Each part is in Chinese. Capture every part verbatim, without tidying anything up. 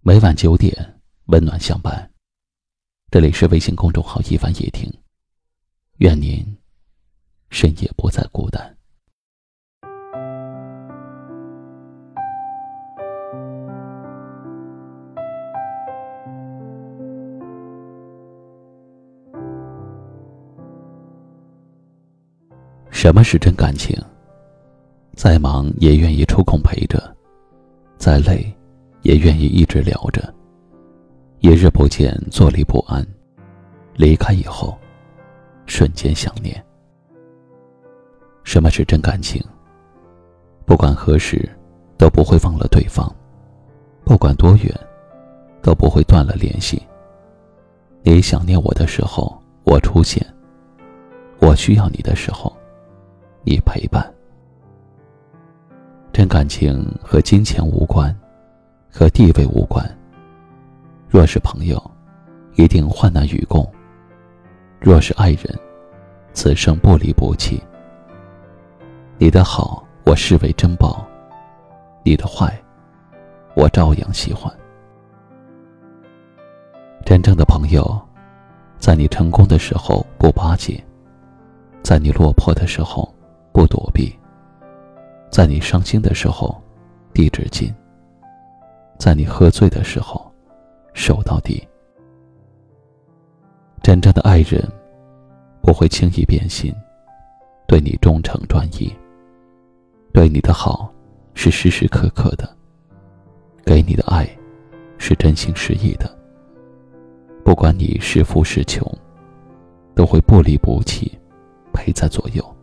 每晚九点，温暖相伴。这里是微信公众号一凡夜听，愿您深夜不再孤单。什么是真感情？再忙也愿意抽空陪着，再累也愿意一直聊着。一日不见，坐立不安，离开以后瞬间想念。什么是真感情？不管何时都不会忘了对方，不管多远都不会断了联系。你想念我的时候我出现，我需要你的时候你陪伴。真感情和金钱无关，和地位无关。若是朋友，一定患难与共；若是爱人，此生不离不弃。你的好我视为珍宝，你的坏我照样喜欢。真正的朋友，在你成功的时候不巴结，在你落魄的时候不躲避，在你伤心的时候递纸巾，在你喝醉的时候手到底。真正的爱人不会轻易变心，对你忠诚专一，对你的好是时时刻刻的，给你的爱是真心实意的。不管你是富是穷，都会不离不弃，陪在左右。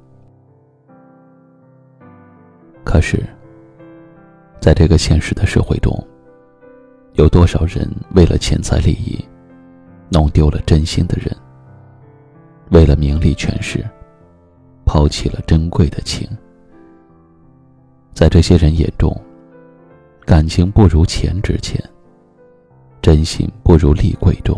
可是在这个现实的社会中，有多少人为了钱财利益弄丢了真心的人，为了名利权势抛弃了珍贵的情。在这些人眼中，感情不如钱值钱，真心不如利贵重。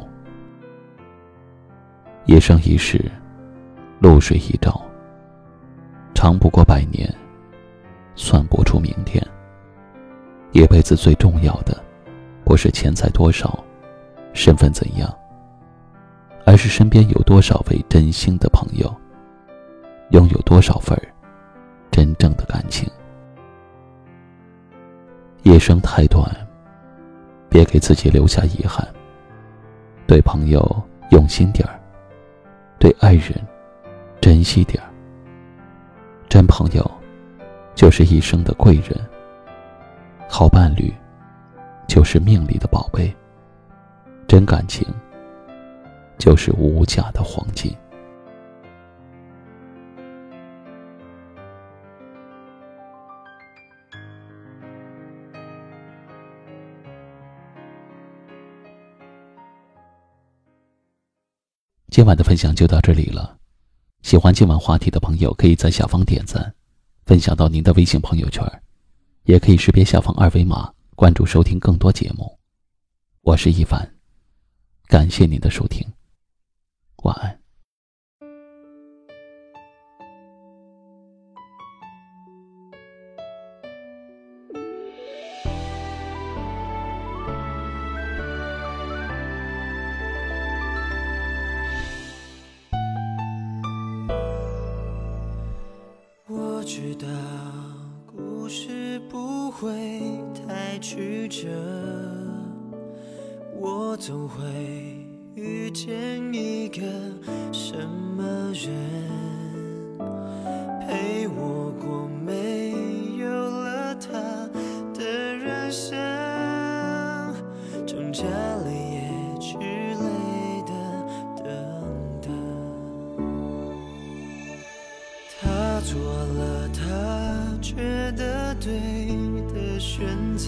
一生一世，露水一朝，长不过百年，算不出明天。一辈子最重要的不是钱财多少，身份怎样，而是身边有多少位真心的朋友，拥有多少份真正的感情。一生太短，别给自己留下遗憾。对朋友用心点儿，对爱人珍惜点儿。真朋友就是一生的贵人，好伴侣就是命里的宝贝，真感情就是无价的黄金。今晚的分享就到这里了，喜欢今晚话题的朋友可以在下方点赞，分享到您的微信朋友圈，也可以识别下方二维码关注收听更多节目。我是一凡，感谢您的收听，晚安。 我知道故事不会太曲折，我总会遇见一个什么人，陪我过没有了他的人生，挣扎了也去累的等等。他做了他觉得对的选择，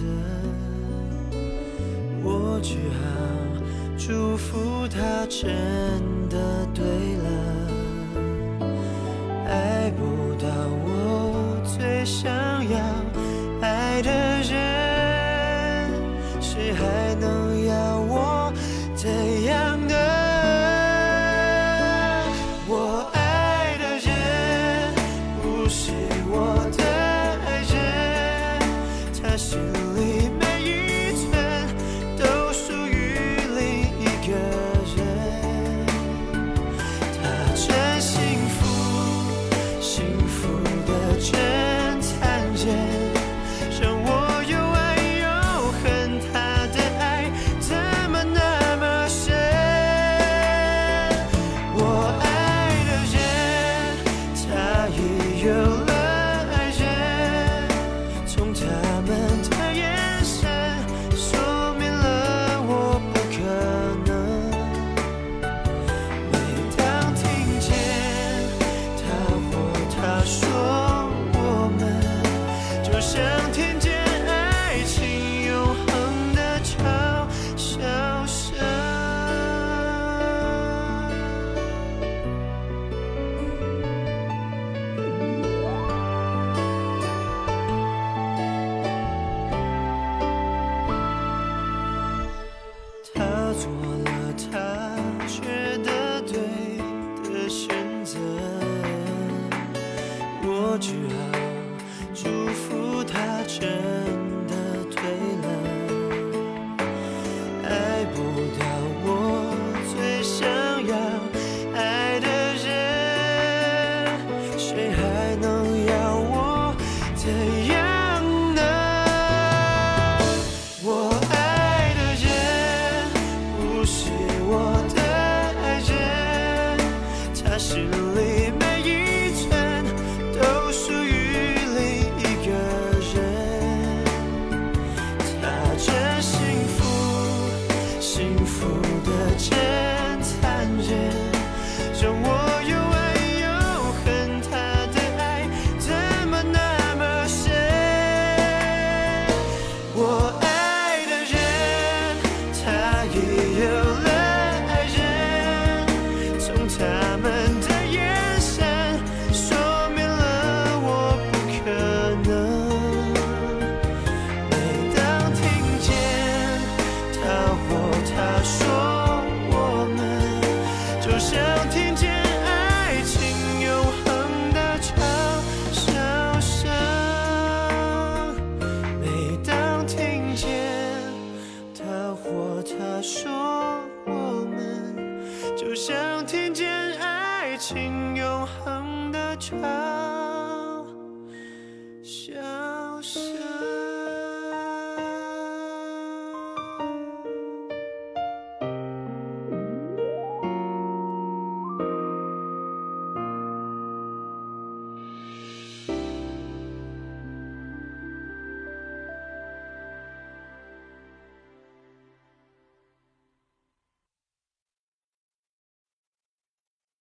我只好祝福他真的对了。爱不到我最想要爱的人，谁还能要我这样的？我爱的人不是我的爱人，他心里每一寸都做了他觉得对的选择，我只好祝福他真的对了，爱不到我最想要爱的人，谁还能要我怎样呢？我爱的人不是我的爱人，他心里每一寸都属于另一个人。他真幸福，幸福的真残忍，让我又爱又恨。他的爱怎么那么深？我爱的人，他也有了爱人，从他们的眼神说明了我不可能。每当听见他或她说我们，就像听见爱情永恒的嘲笑声。每当听见他或她说我们，就像听见爱情